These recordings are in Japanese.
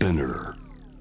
Spinner。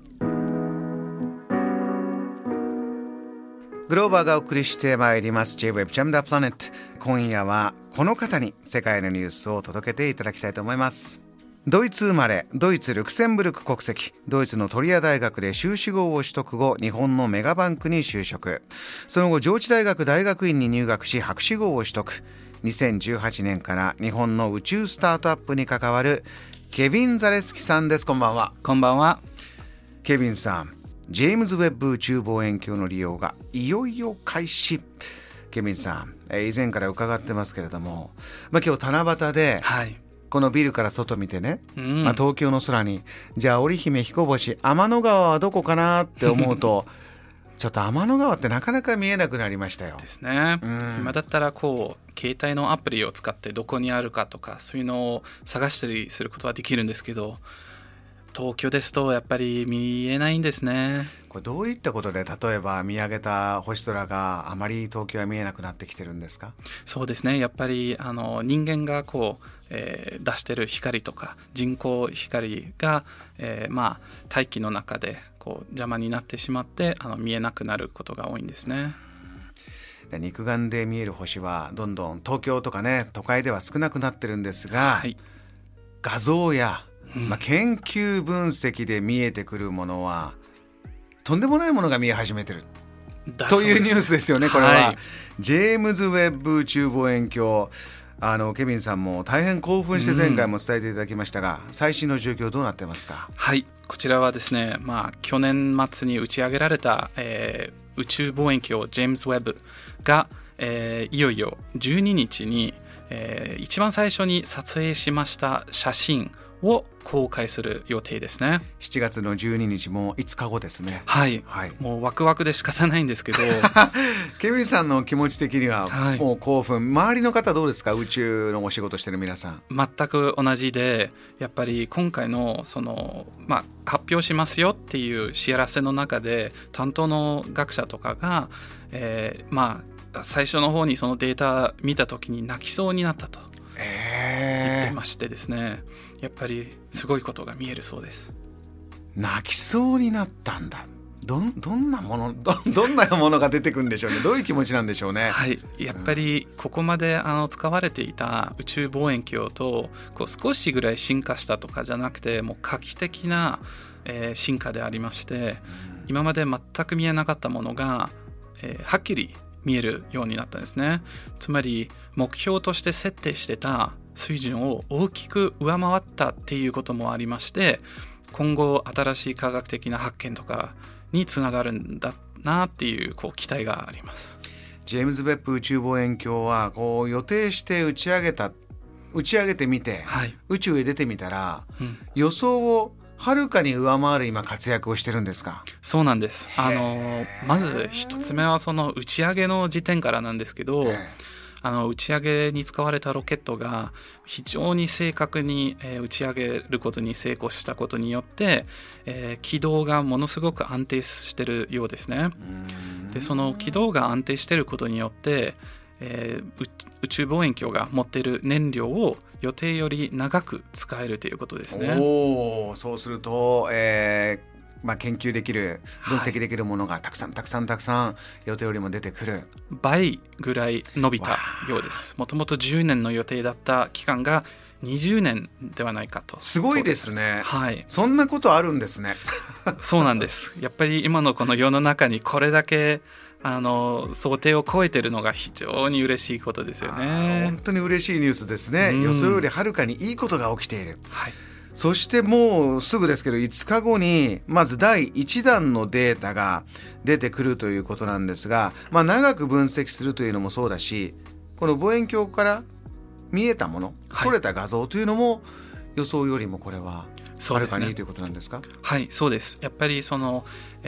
グローバーがお送りしてまいります J-Web Jam the Planet。 今夜はこの方に世界のニュースを届けていただきたいと思います。ドイツ生まれ、ドイツルクセンブルク国籍、ドイツのトリア大学で修士号を取得後、日本のメガバンクに就職。その後上智大学大学院に入学し博士号を取得。2018年から日本の宇宙スタートアップに関わるケビン・ザレスキさんです。こんばんは。 こんばんは。 ケビンさん、ジェームズウェッブ宇宙望遠鏡の利用がいよいよ開始。ケビンさん、以前から伺ってますけれども、今日七夕で、 はい、 このビルから外見てね、東京の空にじゃあ織姫彦星天の川はどこかなって思うとちょっと天の川ってなかなか見えなくなりましたよ。 ですね。今だったらこう携帯のアプリを使ってどこにあるかとかそういうのを探したりすることはできるんですけど、東京ですとやっぱり見えないんですね。 これどういったことで例えば見上げた星空があまり東京は見えなくなってきてるんですか？ そうですね。やっぱり人間がこう、出してる光とか人工光が、大気の中でこう邪魔になってしまって見えなくなることが多いんですね。 肉眼で見える星はどんどん東京とかね都会では少なくなってるんですが、 はい、 画像や研究分析で見えてくるものはとんでもないものが見え始めてるというニュースですよね。これは、はい、ジェームズウェッブ宇宙望遠鏡、ケビンさんも大変興奮して前回も伝えていただきましたが、最新の状況どうなってますか？ はい、こちらはですね、去年末に打ち上げられた、宇宙望遠鏡ジェームズウェッブが、いよいよ12日に、一番最初に撮影しました写真を公開する予定ですね。 7月の12日も5日後ですね。 はい、はい、もうワクワクで仕方ないんですけどケビンさんの気持ち的にはもう興奮、周りの方どうですか？宇宙のお仕事してる皆さん。 全く同じで、やっぱり今回の発表しますよっていう知らせの中で担当の学者とかが、最初の方にそのデータ見た時に泣きそうになったと言ってましてですね、やっぱりすごいことが見えるそうです。 泣きそうになったんだ。どんなものが出てくるんでしょうね。どういう気持ちなんでしょうね。 はい、やっぱりここまで使われていた宇宙望遠鏡とこう少しぐらい進化したとかじゃなくて、もう画期的な、進化でありまして、今まで全く見えなかったものが、はっきり見えるようになったんですね。つまり目標として設定してた水準を大きく上回ったっていうこともありまして、今後新しい科学的な発見とかにつながるんだなっていう、期待があります。 ジェームズ・ウェッブ宇宙望遠鏡はこう予定して打ち上げてみて、はい、宇宙へ出てみたら、予想をはるかに上回る今活躍をしてるんですか？ そうなんです。まず一つ目はその打ち上げの時点からなんですけど、打ち上げに使われたロケットが非常に正確に、打ち上げることに成功したことによって、軌道がものすごく安定してるようですね。でその軌道が安定してることによって、宇宙望遠鏡が持っている燃料を予定より長く使えるということですね。 そうすると、研究できる分析できるものがたくさん予定よりも出てくる。 倍ぐらい伸びたようです。もともと10年の予定だった期間が20年ではないかと。 すごいですね。 はい、 そんなことあるんですね。 そうなんです。やっぱり今のこの世の中にこれだけ想定を超えているのが非常に嬉しいことですよね。 本当に嬉しいニュースですね。予想よりはるかにいいことが起きている。 はい、 そしてもうすぐですけど5日後にまず第1弾のデータが出てくるということなんですが、長く分析するというのもそうだし、この望遠鏡から見えたもの、撮れた画像というのも予想よりもこれははるかにいいということなんですか？ はい、そうです。やっぱり我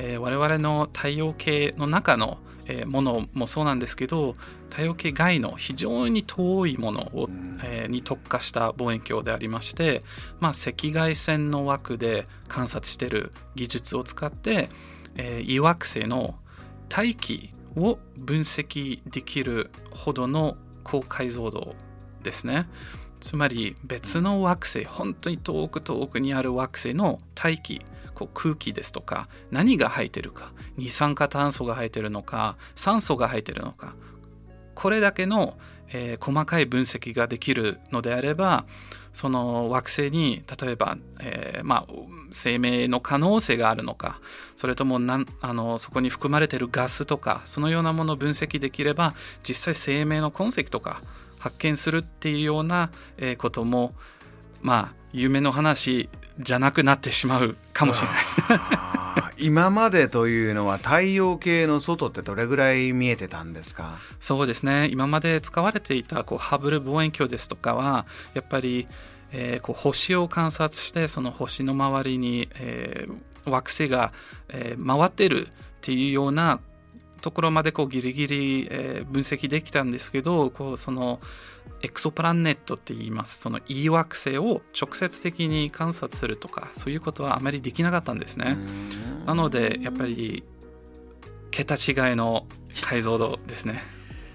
々の太陽系の中のものもそうなんですけど、太陽系外の非常に遠いものを、に特化した望遠鏡でありまして、赤外線の枠で観察している技術を使って、異惑星の大気を分析できるほどの高解像度ですね。 つまり別の惑星、本当に遠く遠くにある惑星の大気、空気ですとか何が入っているか、二酸化炭素が入っているのか酸素が入っているのか、これだけの、細かい分析ができるのであれば、その惑星に例えば、生命の可能性があるのか、それともそこに含まれているガスとかそのようなものを分析できれば、実際生命の痕跡とか発見するっていうようなことも夢の話じゃなくなってしまうかもしれないです今までというのは太陽系の外ってどれぐらい見えてたんですか？ そうですね、今まで使われていたハブル望遠鏡ですとかはやっぱり、星を観察して、その星の周りに、惑星が、回っているっていうようなところまでギリギリ、分析できたんですけど、そのエクソプラネットって言います、そのいい惑星を直接的に観察するとか、そういうことはあまりできなかったんですね。なのでやっぱり桁違いの解像度ですね。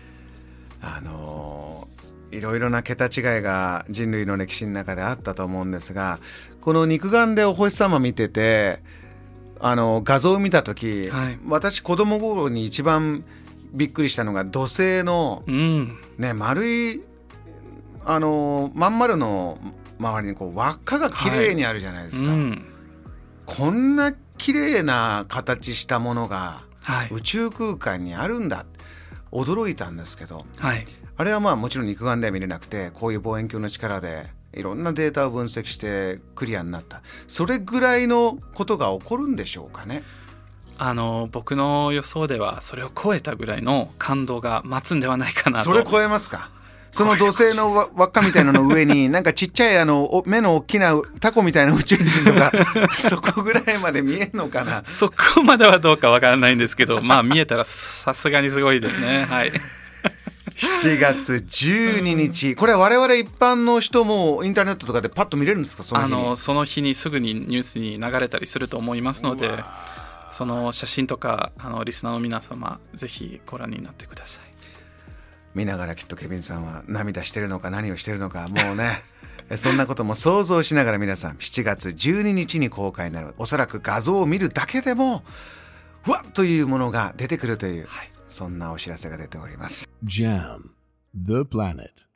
いろいろな桁違いが人類の歴史の中であったと思うんですが、この肉眼でお星様見てて画像を見た時、私子供頃に一番びっくりしたのが土星の、丸いまん丸の周りに輪っかが綺麗にあるじゃないですか、こんな綺麗な形したものが宇宙空間にあるんだ、驚いたんですけど、あれはもちろん肉眼では見れなくて、こういう望遠鏡の力でいろんなデータを分析してクリアになった。それぐらいのことが起こるんでしょうかね？ 僕の予想ではそれを超えたぐらいの感動が待つんではないかなと。 それ超えますか？その土星の輪っかみたいなの上になんかちっちゃい目の大きなタコみたいな宇宙人とかそこぐらいまで見えるのかな？ そこまではどうかわからないんですけど、見えたらさすがにすごいですね。 7月12日、これは我々一般の人もインターネットとかでパッと見れるんですか？その日にその日にすぐにニュースに流れたりすると思いますので、その写真とかリスナーの皆様ぜひご覧になってください。 見ながらきっとケビンさんは涙してるのか何をしてるのかもうねそんなことも想像しながら、皆さん7月12日に公開になる、おそらく画像を見るだけでもふわっというものが出てくるという、そんなお知らせが出ております。 JAM The Planet